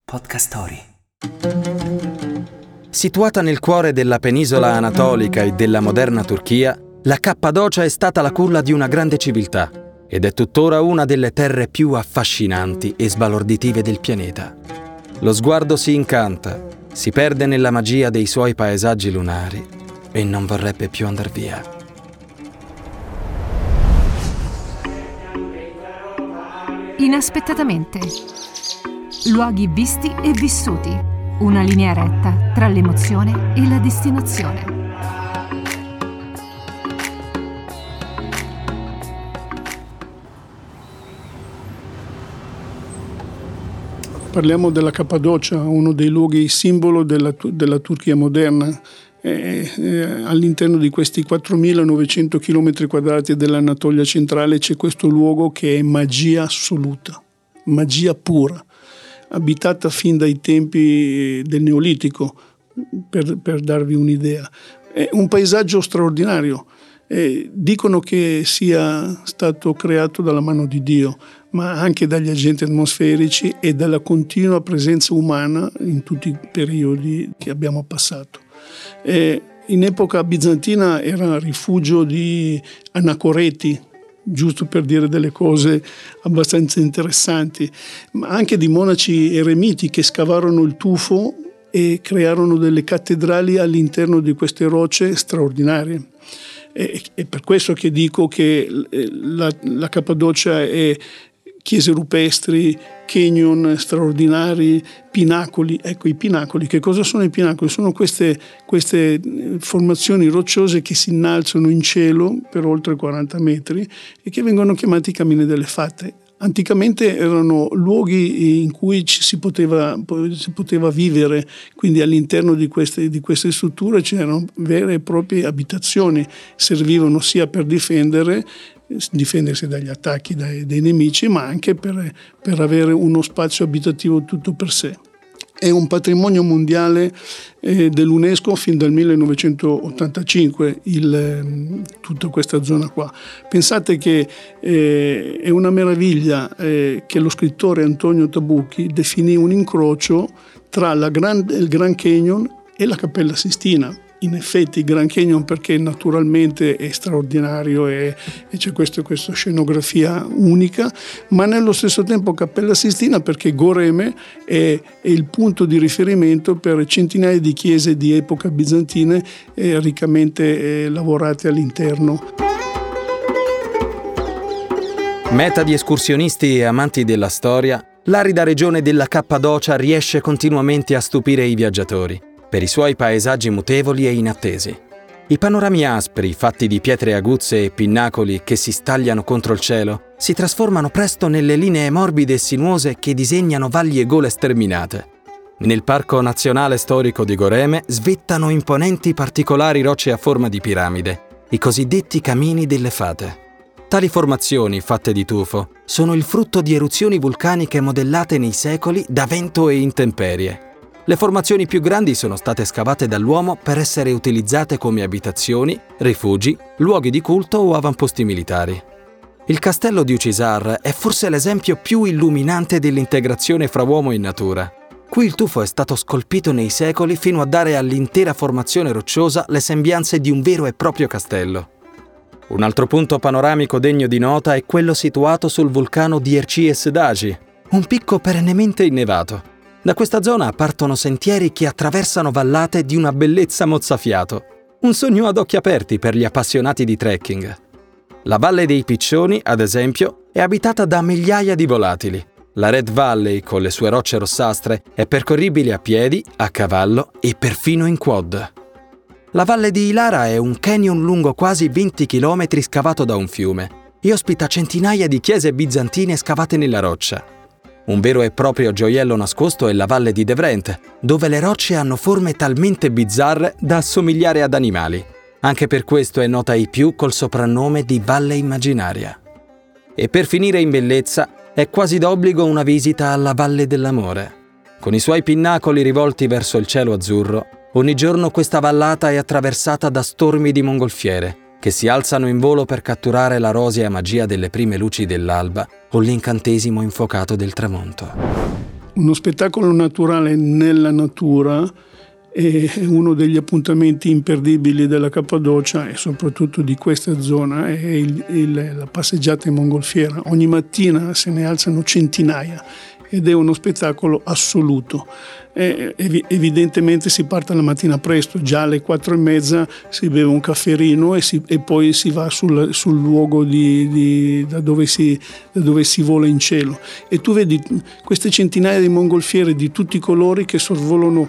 Podcast Story. Situata nel cuore della penisola anatolica e della moderna Turchia, la Cappadocia è stata la culla di una grande civiltà ed è tuttora una delle terre più affascinanti e sbalorditive del pianeta. Lo sguardo si incanta, si perde nella magia dei suoi paesaggi lunari e non vorrebbe più andar via. Inaspettatamente. Luoghi visti e vissuti. Una linea retta tra l'emozione e la destinazione. Parliamo della Cappadocia, uno dei luoghi simbolo della Turchia moderna. All'interno di questi 4.900 km quadrati dell'Anatolia centrale c'è questo luogo che è magia assoluta, magia pura, abitata fin dai tempi del Neolitico, per darvi un'idea. È un paesaggio straordinario. Dicono che sia stato creato dalla mano di Dio, ma anche dagli agenti atmosferici e dalla continua presenza umana in tutti i periodi che abbiamo passato. In epoca bizantina era rifugio di anacoreti, giusto per dire delle cose abbastanza interessanti, ma anche di monaci eremiti che scavarono il tufo e crearono delle cattedrali all'interno di queste rocce straordinarie. È per questo che dico che la Cappadocia è chiese rupestri, canyon straordinari, pinacoli. Ecco, i pinacoli, che cosa sono i pinacoli? Sono queste formazioni rocciose che si innalzano in cielo per oltre 40 metri e che vengono chiamati cammini delle fate. Anticamente erano luoghi in cui si poteva vivere, quindi all'interno di queste strutture c'erano vere e proprie abitazioni, servivano sia per difendersi dagli attacchi dei nemici, ma anche per avere uno spazio abitativo tutto per sé. È un patrimonio mondiale dell'UNESCO fin dal 1985, tutta questa zona qua. Pensate che è una meraviglia che lo scrittore Antonio Tabucchi definì un incrocio tra il Grand Canyon e la Cappella Sistina. In effetti Grand Canyon perché naturalmente è straordinario e c'è questa scenografia unica, ma nello stesso tempo Cappella Sistina perché Goreme è il punto di riferimento per centinaia di chiese di epoca bizantina riccamente lavorate all'interno. Meta di escursionisti e amanti della storia, l'arida regione della Cappadocia riesce continuamente a stupire i viaggiatori per i suoi paesaggi mutevoli e inattesi. I panorami aspri, fatti di pietre aguzze e pinnacoli che si stagliano contro il cielo, si trasformano presto nelle linee morbide e sinuose che disegnano valli e gole sterminate. Nel Parco Nazionale Storico di Goreme svettano imponenti particolari rocce a forma di piramide, i cosiddetti Camini delle Fate. Tali formazioni, fatte di tufo, sono il frutto di eruzioni vulcaniche modellate nei secoli da vento e intemperie. Le formazioni più grandi sono state scavate dall'uomo per essere utilizzate come abitazioni, rifugi, luoghi di culto o avamposti militari. Il castello di Ucisar è forse l'esempio più illuminante dell'integrazione fra uomo e natura. Qui il tufo è stato scolpito nei secoli fino a dare all'intera formazione rocciosa le sembianze di un vero e proprio castello. Un altro punto panoramico degno di nota è quello situato sul vulcano di Erciyes Daci, un picco perennemente innevato. Da questa zona partono sentieri che attraversano vallate di una bellezza mozzafiato. Un sogno ad occhi aperti per gli appassionati di trekking. La Valle dei Piccioni, ad esempio, è abitata da migliaia di volatili. La Red Valley, con le sue rocce rossastre, è percorribile a piedi, a cavallo e perfino in quad. La Valle di Ilara è un canyon lungo quasi 20 km scavato da un fiume e ospita centinaia di chiese bizantine scavate nella roccia. Un vero e proprio gioiello nascosto è la Valle di Devrent, dove le rocce hanno forme talmente bizzarre da assomigliare ad animali. Anche per questo è nota ai più col soprannome di Valle Immaginaria. E per finire in bellezza, è quasi d'obbligo una visita alla Valle dell'Amore. Con i suoi pinnacoli rivolti verso il cielo azzurro, ogni giorno questa vallata è attraversata da stormi di mongolfiere, che si alzano in volo per catturare la rosea magia delle prime luci dell'alba o l'incantesimo infuocato del tramonto. Uno spettacolo naturale nella natura è uno degli appuntamenti imperdibili della Cappadocia e soprattutto di questa zona è la passeggiata in mongolfiera. Ogni mattina se ne alzano centinaia ed è uno spettacolo assoluto. Evidentemente si parte la mattina presto, già alle 4:30 si beve un cafferino e poi si va sul luogo da dove si vola in cielo, e tu vedi queste centinaia di mongolfiere di tutti i colori che sorvolano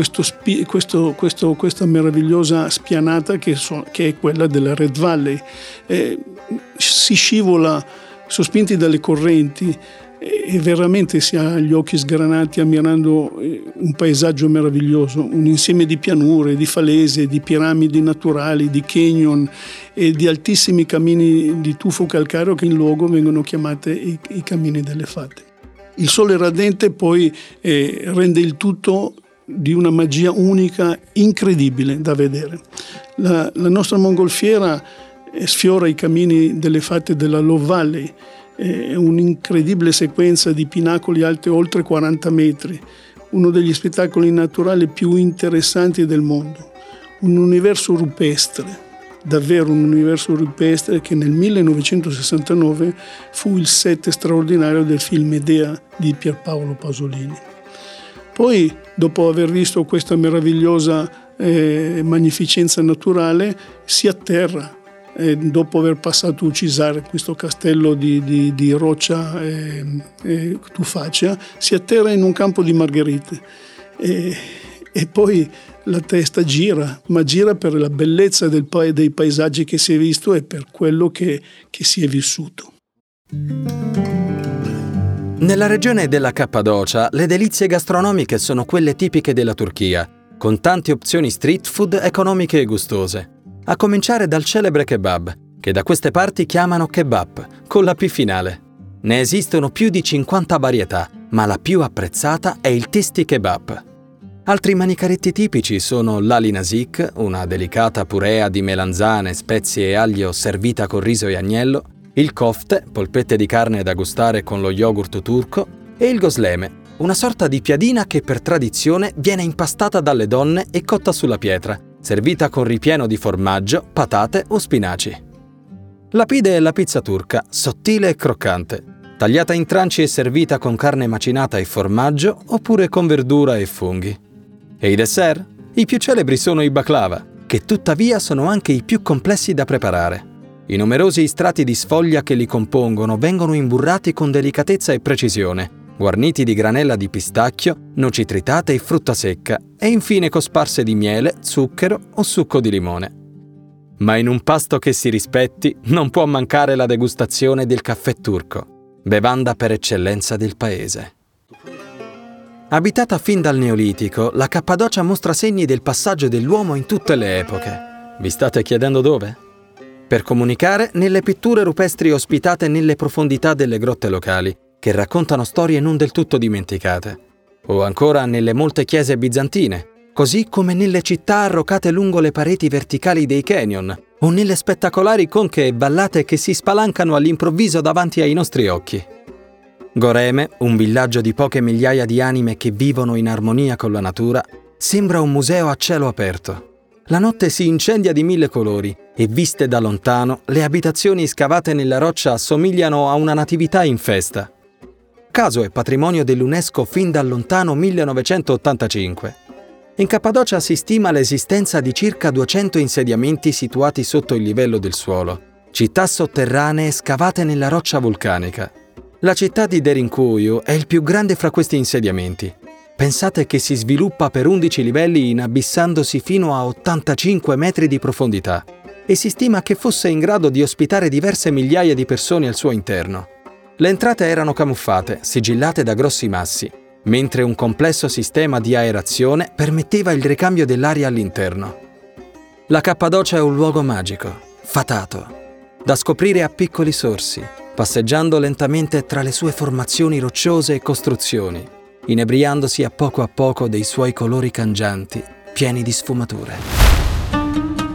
questa meravigliosa spianata che è quella della Red Valley. Si scivola sospinti dalle correnti e veramente si ha gli occhi sgranati ammirando un paesaggio meraviglioso, un insieme di pianure, di falese, di piramidi naturali, di canyon e di altissimi cammini di tufo calcareo che in luogo vengono chiamate i cammini delle fate. Il sole radente poi rende il tutto di una magia unica, incredibile da vedere. La nostra mongolfiera sfiora i cammini delle fate della Love Valley. È un'incredibile sequenza di pinacoli alti oltre 40 metri, uno degli spettacoli naturali più interessanti del mondo, un universo rupestre, davvero un universo rupestre che nel 1969 fu il set straordinario del film Medea di Pierpaolo Pasolini. Poi, dopo aver visto questa meravigliosa magnificenza naturale, si atterra. Dopo aver passato Ucisar, questo castello di roccia tufacea, si atterra in un campo di margherite e poi la testa gira, ma gira per la bellezza dei paesaggi che si è visto e per quello che si è vissuto. Nella regione della Cappadocia le delizie gastronomiche sono quelle tipiche della Turchia, con tante opzioni street food economiche e gustose. A cominciare dal celebre kebab, che da queste parti chiamano kebab, con la P finale. Ne esistono più di 50 varietà, ma la più apprezzata è il testi kebab. Altri manicaretti tipici sono l'ali nasik, una delicata purea di melanzane, spezie e aglio servita con riso e agnello, il kofte, polpette di carne da gustare con lo yogurt turco, e il gosleme, una sorta di piadina che per tradizione viene impastata dalle donne e cotta sulla pietra, servita con ripieno di formaggio, patate o spinaci. La pide è la pizza turca, sottile e croccante, tagliata in tranci e servita con carne macinata e formaggio oppure con verdura e funghi. E i dessert? I più celebri sono i baklava, che tuttavia sono anche i più complessi da preparare. I numerosi strati di sfoglia che li compongono vengono imburrati con delicatezza e precisione, guarniti di granella di pistacchio, noci tritate e frutta secca, e infine cosparse di miele, zucchero o succo di limone. Ma in un pasto che si rispetti non può mancare la degustazione del caffè turco, bevanda per eccellenza del paese. Abitata fin dal Neolitico, la Cappadocia mostra segni del passaggio dell'uomo in tutte le epoche. Vi state chiedendo dove? Per comunicare, nelle pitture rupestri ospitate nelle profondità delle grotte locali, che raccontano storie non del tutto dimenticate, o ancora nelle molte chiese bizantine, così come nelle città arrocate lungo le pareti verticali dei canyon, o nelle spettacolari conche e vallate che si spalancano all'improvviso davanti ai nostri occhi. Goreme, un villaggio di poche migliaia di anime che vivono in armonia con la natura, sembra un museo a cielo aperto. La notte si incendia di 1000 colori e viste da lontano le abitazioni scavate nella roccia assomigliano a una natività in festa. Caso è patrimonio dell'UNESCO fin dal lontano 1985. In Cappadocia si stima l'esistenza di circa 200 insediamenti situati sotto il livello del suolo, città sotterranee scavate nella roccia vulcanica. La città di Derinkuyu è il più grande fra questi insediamenti. Pensate che si sviluppa per 11 livelli inabissandosi fino a 85 metri di profondità e si stima che fosse in grado di ospitare diverse migliaia di persone al suo interno. Le entrate erano camuffate, sigillate da grossi massi, mentre un complesso sistema di aerazione permetteva il ricambio dell'aria all'interno. La Cappadocia è un luogo magico, fatato, da scoprire a piccoli sorsi, passeggiando lentamente tra le sue formazioni rocciose e costruzioni, inebriandosi a poco dei suoi colori cangianti, pieni di sfumature.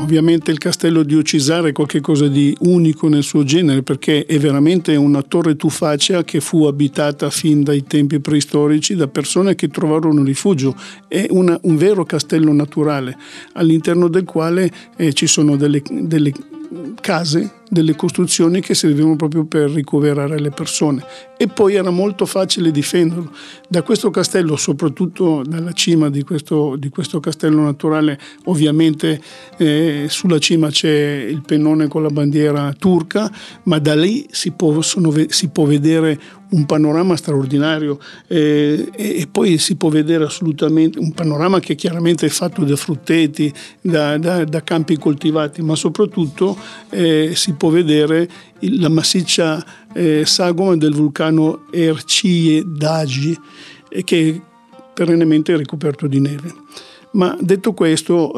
ovviamente il castello di Ochisara è qualcosa di unico nel suo genere, perché è veramente una torre tufacea che fu abitata fin dai tempi preistorici da persone che trovarono rifugio. È un vero castello naturale, all'interno del quale ci sono delle case, delle costruzioni che servivano proprio per ricoverare le persone, e poi era molto facile difenderlo. Da questo castello, soprattutto dalla cima di questo castello naturale, ovviamente sulla cima c'è il pennone con la bandiera turca, ma da lì si può vedere un panorama straordinario, e poi si può vedere assolutamente un panorama che chiaramente è fatto da frutteti, da campi coltivati, ma soprattutto si può vedere la massiccia sagoma del vulcano Erciyes Dağ, che è perennemente ricoperto di neve. Ma detto questo,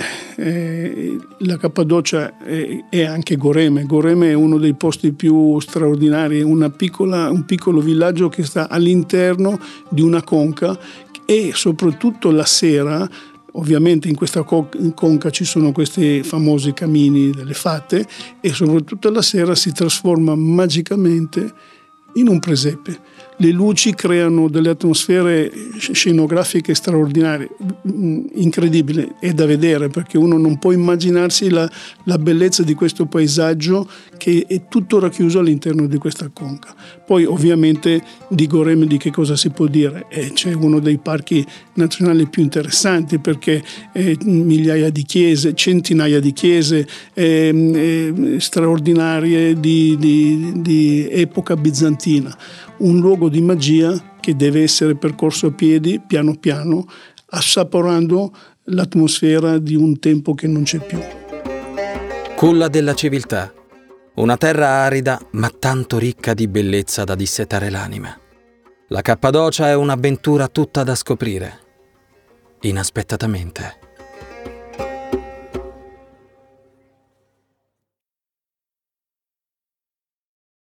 la Cappadocia è anche Goreme. Goreme è uno dei posti più straordinari, un piccolo villaggio che sta all'interno di una conca, e soprattutto la sera, ovviamente in questa conca ci sono questi famosi camini delle fate, e soprattutto la sera si trasforma magicamente in un presepe. Le luci creano delle atmosfere scenografiche straordinarie, incredibile, è da vedere, perché uno non può immaginarsi la bellezza di questo paesaggio che è tutto racchiuso all'interno di questa conca. Poi ovviamente di Goreme di che cosa si può dire? C'è uno dei parchi nazionali più interessanti, perché migliaia di chiese, centinaia di chiese straordinarie di epoca bizantina. Un luogo di magia che deve essere percorso a piedi, piano piano, assaporando l'atmosfera di un tempo che non c'è più. Culla della civiltà, una terra arida ma tanto ricca di bellezza da dissetare l'anima. La Cappadocia è un'avventura tutta da scoprire, inaspettatamente.